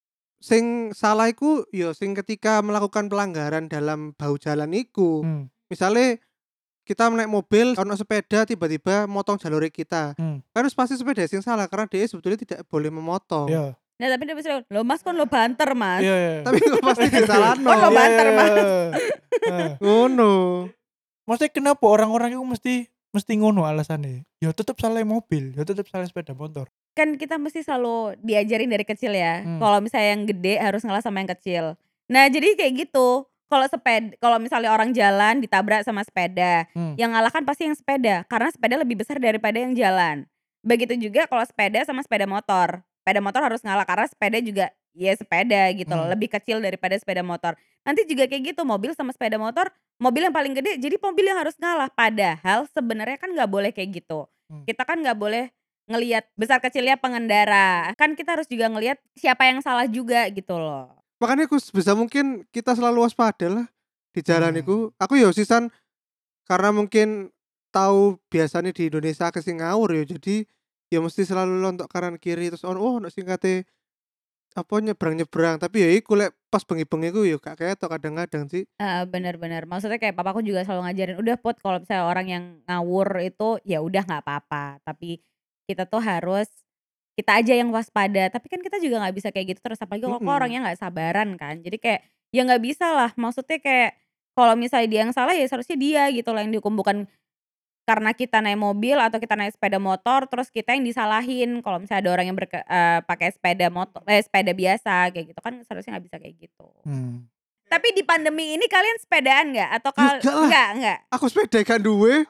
sing salah iku ya sing ketika melakukan pelanggaran dalam bahu jalan iku. Hmm. Misalnya kita naik mobil ono sepeda tiba-tiba motong jalur kita. Hmm. Kan harus pasti sepeda sing salah karena dia sebetulnya tidak boleh memotong. Iya. Nah tapi dia bisa, "Loh Mas kon lo banter Mas." Iya iya. Tapi kok pasti disalahno. Kon lo Iya, banter iya, Mas. iya. Heeh. Ngono. Maksudnya kenapa orang-orang itu mesti mesti ngono alasannya? Ya tetep salah mobil, ya tetep salah sepeda motor. Kan kita mesti selalu diajarin dari kecil ya. Hmm. Kalau misalnya yang gede harus ngalah sama yang kecil. Nah, jadi kayak gitu. Kalau sepeda kalau misalnya orang jalan ditabrak sama sepeda, Hmm. yang ngalah kan pasti yang sepeda karena sepeda lebih besar daripada yang jalan. Begitu juga kalau sepeda sama sepeda motor. Sepeda motor harus ngalah karena sepeda juga ya sepeda gitu loh, Hmm. lebih kecil daripada sepeda motor. Nanti juga kayak gitu, mobil sama sepeda motor, mobil yang paling gede jadi mobil yang harus ngalah. Padahal sebenarnya kan nggak boleh kayak gitu. Hmm. Kita kan nggak boleh ngelihat besar kecilnya pengendara. Kan kita harus juga ngelihat siapa yang salah juga gitu loh. Makanya aku sebisa mungkin kita selalu waspada lah di jalan Hmm. iku. Aku ya sisan karena mungkin tahu biasanya di Indonesia ke sing ngawur ya. Jadi ya mesti selalu lontok kanan kiri terus ono oh ono sing kate apa nyebrang-nyebrang. Tapi ya iku lek pas bengi-bengi iku ya gak ketok kadang-kadang sih. Heeh, bener-bener. Maksudnya kayak papaku juga selalu ngajarin, "Udah Put, kalau misalnya orang yang ngawur itu ya udah nggak apa-apa. Tapi kita tuh harus kita aja yang waspada." Tapi kan kita juga nggak bisa kayak gitu terus apalagi kalau Mm-mm. orangnya nggak sabaran kan. Jadi kayak ya nggak bisa lah. Maksudnya kayak kalau misalnya dia yang salah ya seharusnya dia gitu loh yang dihukum bukan karena kita naik mobil atau kita naik sepeda motor terus kita yang disalahin. Kalau misalnya ada orang yang berke, eee, pakai sepeda motor eh sepeda biasa kayak gitu kan seharusnya nggak bisa kayak gitu. Hmm. Tapi di pandemi ini kalian sepedaan nggak? Atau Ya kal enggak lah. enggak enggak? Aku sepeda kan duwe.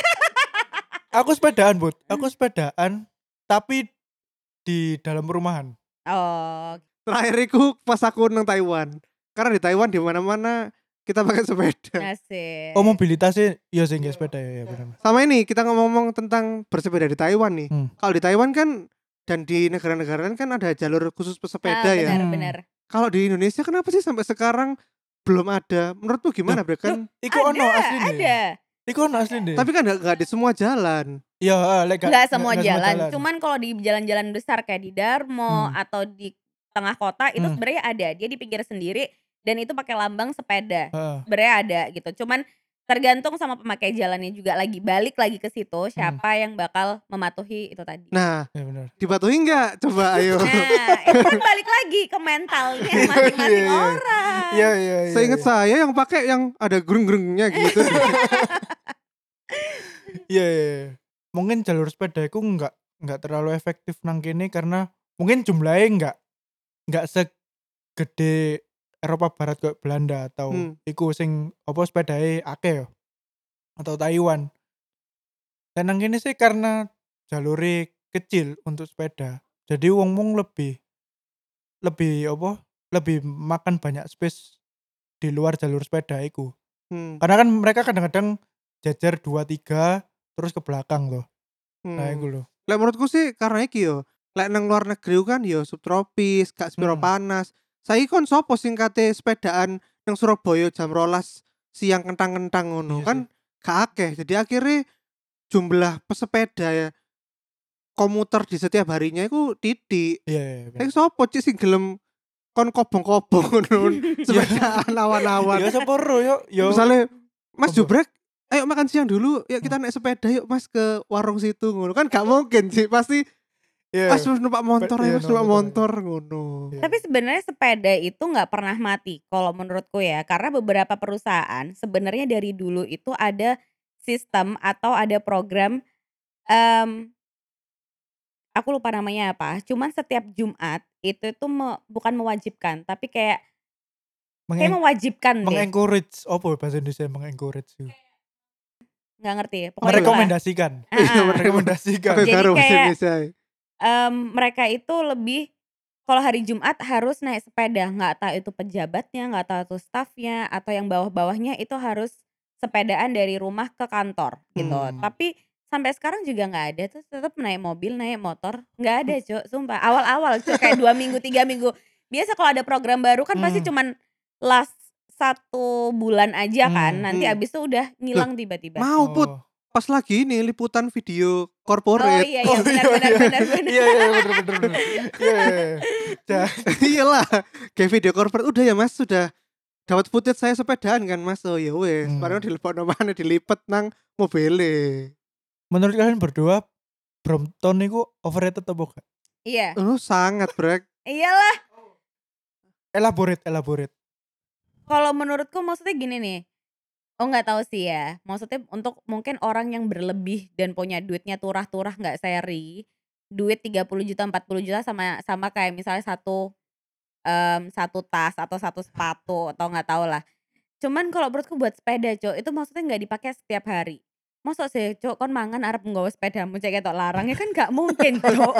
Aku sepedaan, Bud. Aku sepedaan tapi di dalam perumahan. Oh, Terakhir iku pas aku nang Taiwan. Karena di Taiwan di mana-mana kita pakai sepeda. asik. Oh, mobilitasnya ya sih nggak sepeda ya, ya benar. Sama ini kita ngomong tentang bersepeda di Taiwan nih. Hmm. Kalau di Taiwan kan dan di negara-negara lain kan ada jalur khusus Ah, pesepeda ya. benar Hmm. benar. Kalau di Indonesia kenapa sih sampai sekarang belum ada? Menurutmu gimana, Bre? Kan Iku ono asli nih. Ada. Iku ono asli nih. tapi kan enggak enggak di semua jalan. ya ah, lek gak- Enggak gak- semua gak jalan. Cuman kalau di jalan-jalan besar kayak di Darmo Hmm. atau di tengah kota itu Hmm. sebenarnya ada. Dia di pinggir sendiri dan itu pakai lambang sepeda. Heeh. Sebenarnya ada gitu. Cuman tergantung sama pemakai jalannya juga lagi balik lagi ke situ siapa yang bakal mematuhi itu tadi. Nah, Ya benar. dipatuhi enggak? Coba ayo. Nah, itu kan balik lagi ke mentalnya masing-masing Iya, iya. orang. Iya iya iya. Seingat iya. saya yang pakai yang ada gerung-gerungnya gitu. Iya iya. iya. Mungkin jalur sepeda itu nggak nggak terlalu efektif nang kene karena mungkin jumlahnya nggak nggak segede Eropa Barat kayak Belanda atau Hmm. iku sing apa sepedae akeh yo. Atau Taiwan. Dan nang kene sih karena jalure kecil untuk sepeda. Jadi wong-wong lebih lebih apa? Lebih makan banyak space di luar jalur sepeda iku. Hmm. Karena kan mereka kadang-kadang jejer dua tiga terus ke belakang loh. Nah Hmm. iku lho. Lek menurutku sih karena iki yo, lek nang luar negeri kan yo subtropis, gak sepiro Hmm. panas. Saiki kon sopo sing kate sepedaan nang Surabaya jam rolas siang kentang-kentang ngono Iya sih. kan gak akeh. Jadi akhirnya jumlah pesepeda ya komuter di setiap harinya itu titik. Iya iya Sing bener. sopo cik sing gelem kon kobong-kobong ngono Ya sepedaan awan-awan. ya sepuro yo yo Misalnya Mas apa? Jubrek, ayo makan siang dulu, yuk kita Hmm. naik sepeda yuk Mas ke warung situ ngono kan gak mungkin sih pasti Mas Iya. numpak Pe- motor aja Iya Mas no numpak motor aja. motor ngono. Iya. Tapi sebenarnya sepeda itu nggak pernah mati kalau menurutku ya, karena beberapa perusahaan sebenarnya dari dulu itu ada sistem atau ada program, mmm aku lupa namanya apa, cuman setiap Jumat itu tuh me bukan mewajibkan, tapi kayak kayak Meng mewajibkan deh, Meng-encourage apa bahasa Indonesia meng-encourage itu? nggak ngerti ya, pokoknya itulah. Merekomendasikan. Iya Heeh. mereka Merekomendasikan. aku Jadi karo bahasa kayak Indonesia. Mmm, mereka itu lebih kalau hari Jumat harus naik sepeda, nggak tahu itu pejabatnya, nggak tahu itu stafnya, atau yang bawah-bawahnya itu harus sepedaan dari rumah ke kantor gitu. Hmm. Tapi sampai sekarang juga nggak ada tuh, tetep naik mobil, naik motor, nggak ada Cuk, sumpah. Awal-awal Cuk, kayak dua minggu, tiga minggu. Biasa kalau ada program baru kan pasti Hmm. cuman last satu bulan aja kan, Hmm. nanti Hmm. abis itu udah ngilang tiba-tiba. Mau put Oh. pas lagi ini liputan video Oh corporate. iya Oh iya, benar iya benar iya. benar benar. Iya iya bener bener bener. Iya iya. iya. Ja- Iyalah, kayak video corporate udah ya Mas sudah dapat footage saya sepedaan kan Mas. Oh ya wes, Hmm. padahal dilepokno mana dilipet nang mobile. Menurut kalian berdua Brompton itu overrated apa enggak? Iya. Oh sangat Brek. Iyalah. Elaborate, elaborate. Kalau menurutku maksudnya gini nih, oh nggak tahu sih ya, maksudnya untuk mungkin orang yang berlebih dan punya duitnya turah-turah nggak seri, duit tiga puluh juta, empat puluh juta sama sama kayak misalnya satu, mmm, satu tas atau satu sepatu atau nggak tahu lah. Cuman kalau menurutku buat sepeda Cuk, itu maksudnya nggak dipakai setiap hari. Mosok sih Cuk kon mangan arep nggawa sepedamu cek ketok larang, ya kan nggak mungkin Cuk.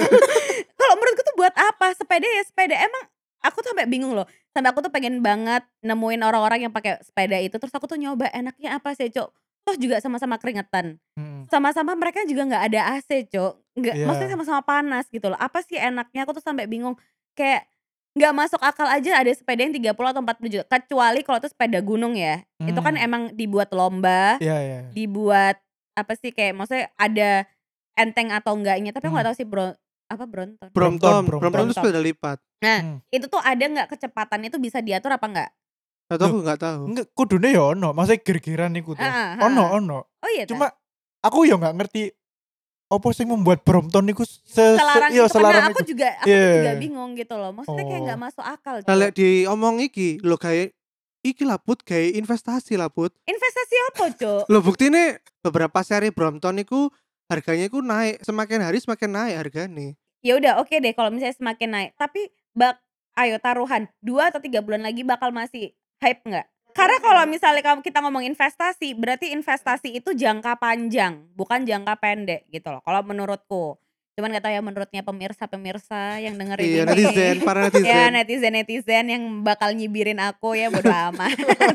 Kalau menurutku tuh buat apa, sepeda ya sepeda, emang aku tuh sampai bingung loh, sampai aku tuh pengen banget nemuin orang-orang yang pakai sepeda itu, terus aku tuh nyoba enaknya apa sih Cuk, toh juga sama-sama keringetan, Hmm. sama-sama mereka juga nggak ada A C Cuk, nggak maksudnya Iya. sama-sama panas gitu loh, apa sih enaknya, aku tuh sampai bingung, kayak nggak masuk akal aja ada sepeda yang tiga puluh atau empat puluh juta, kecuali kalau itu sepeda gunung ya, itu kan Hmm. emang dibuat lomba, Iya iya. dibuat apa sih, kayak maksudnya ada enteng atau enggaknya, tapi aku Hmm. nggak tahu sih bro apa Brompton. Brompton, Brompton, Brompton itu Brompton. sepeda lipat. Nah, Hmm. itu tuh ada nggak kecepatannya itu bisa diatur apa enggak? Atau Loh, aku nggak tahu. Enggak, kudune ya ono, maksudnya gir-giran iku tuh. Heeh Ono heeh. ono. Oh iya ta? Cuma aku ya nggak ngerti apa sing membuat Brompton iku se, se Selarang iya itu, karena selarang aku iku. juga aku Iya. tuh juga bingung gitu loh, maksudnya kayak nggak Oh. masuk akal Lah lek Cuk. diomong iki lho kayak iki lah Put, kayak investasi lah Put. Investasi apa Cuk? Loh buktine beberapa seri Brompton iku harganya iku naik, semakin hari semakin naik harganya. Ya udah oke deh kalau misalnya semakin naik, tapi bak ayo taruhan dua atau tiga bulan lagi bakal masih hype nggak? Karena kalau misalnya kamu kita ngomong investasi, berarti investasi itu jangka panjang, bukan jangka pendek gitu loh, kalau menurutku. Cuman nggak tahu ya menurutnya pemirsa-pemirsa yang dengerin Iya, ini. netizen, para Ya netizen. netizen-netizen yang bakal nyibirin aku ya bodo amat.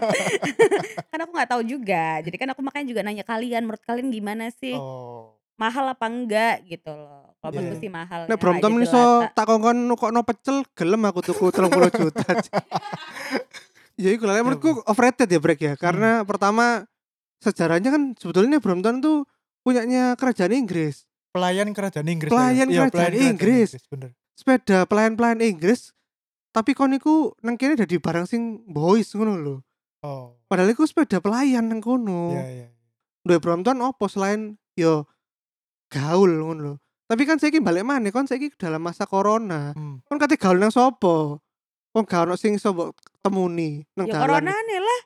Kan aku nggak tahu juga, jadi kan aku makanya juga nanya kalian, menurut kalian gimana sih? Oh. Mahal apa enggak gitu loh. Kalau Iya. menurutku sih mahal Nek ya, Brompton aja iso jelata. tak kongkon nukokno pecel gelem aku tuku tiga puluh juta. Ya iku lah menurutku overrated ya Brek ya. Karena pertama sejarahnya kan sebetulnya Brompton tuh punyanya kerajaan Inggris. Pelayan kerajaan Inggris. Pelayan ya. Iya, kerajaan Inggris. bener. Sepeda pelayan-pelayan Inggris. Tapi kon iku nang kene dadi barang sing boys ngono lho. Oh. Padahal iku sepeda pelayan nang kono. Iya iya. Duwe Brompton opo selain yo gaul ngono lho. Tapi kan saiki balik maneh kon saiki dalam masa corona. Hmm. Kon kate gaul nang sapa? Wong gak ono sing iso mbok temuni nang Ya dalan. coronane lah.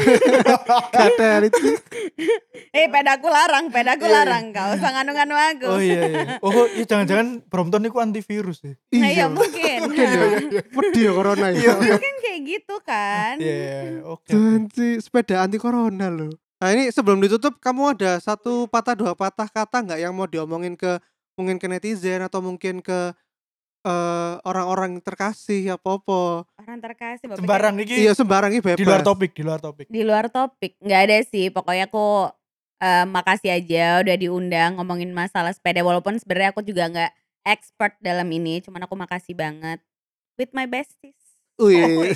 Kater itu. Eh pedaku larang, pedaku Iya, iya. larang kau usah nganu-nganu aku. Oh iya iya. Oh iya jangan-jangan Brompton itu antivirus ya. Nah ya mungkin. Mungkin ya. Wedi ya corona ya. Mungkin kayak gitu kan. Iya iya. Oke. Janji sepeda anti corona loh. Nah ini sebelum ditutup kamu ada satu patah dua patah kata nggak yang mau diomongin ke mungkin ke netizen atau mungkin ke eh, orang-orang terkasih apa apa? Orang terkasih Bapak Sembarang iki Iya sembarang ini bebas. di luar topik, di luar topik. di luar topik nggak ada sih, pokoknya aku eh, makasih aja udah diundang ngomongin masalah sepeda. Walaupun sebenarnya aku juga nggak expert dalam ini, cuman aku makasih banget with my besties. Wih.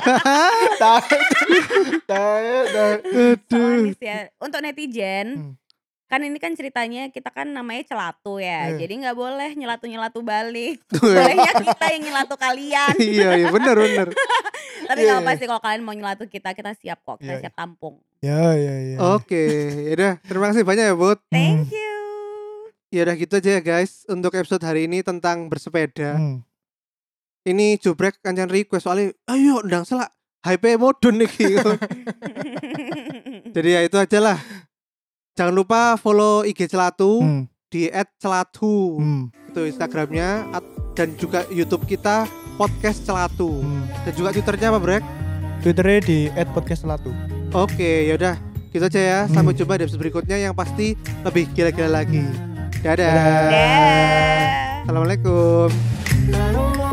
So Aduh. manis ya. Untuk netizen, Hmm. kan ini kan ceritanya kita kan namanya celatu ya, Eh. jadi nggak boleh nyelatu-nyelatu balik. Wih. Bolehnya kita yang nyelatu kalian. Iya, iya benar benar. Tapi Iya, nggak apa-apa iya. sih kalau kalian mau nyelatu kita, kita siap kok, kita Iya, siap tampung. Ya ya ya. Oke, yaudah terima kasih banyak ya Bud. Thank Hmm. you. Ya udah gitu aja ya guys untuk episode hari ini tentang bersepeda. Hmm. Ini Jubrek kancan request soalnya ayo ndang selak H P modun iki. Jadi ya itu aja lah. Jangan lupa follow I G Celatu Hmm. di et celatu. Hmm. Itu Instagramnya at- dan juga YouTube kita podcast Celatu. Hmm. Dan juga Twitternya apa Brek? Twitternya di et podcast celatu. Oke, yaudah gitu aja ya. Sampai Hmm. jumpa di episode berikutnya yang pasti lebih gila-gila lagi. Dadah. Dadah. Dah. Assalamualaikum.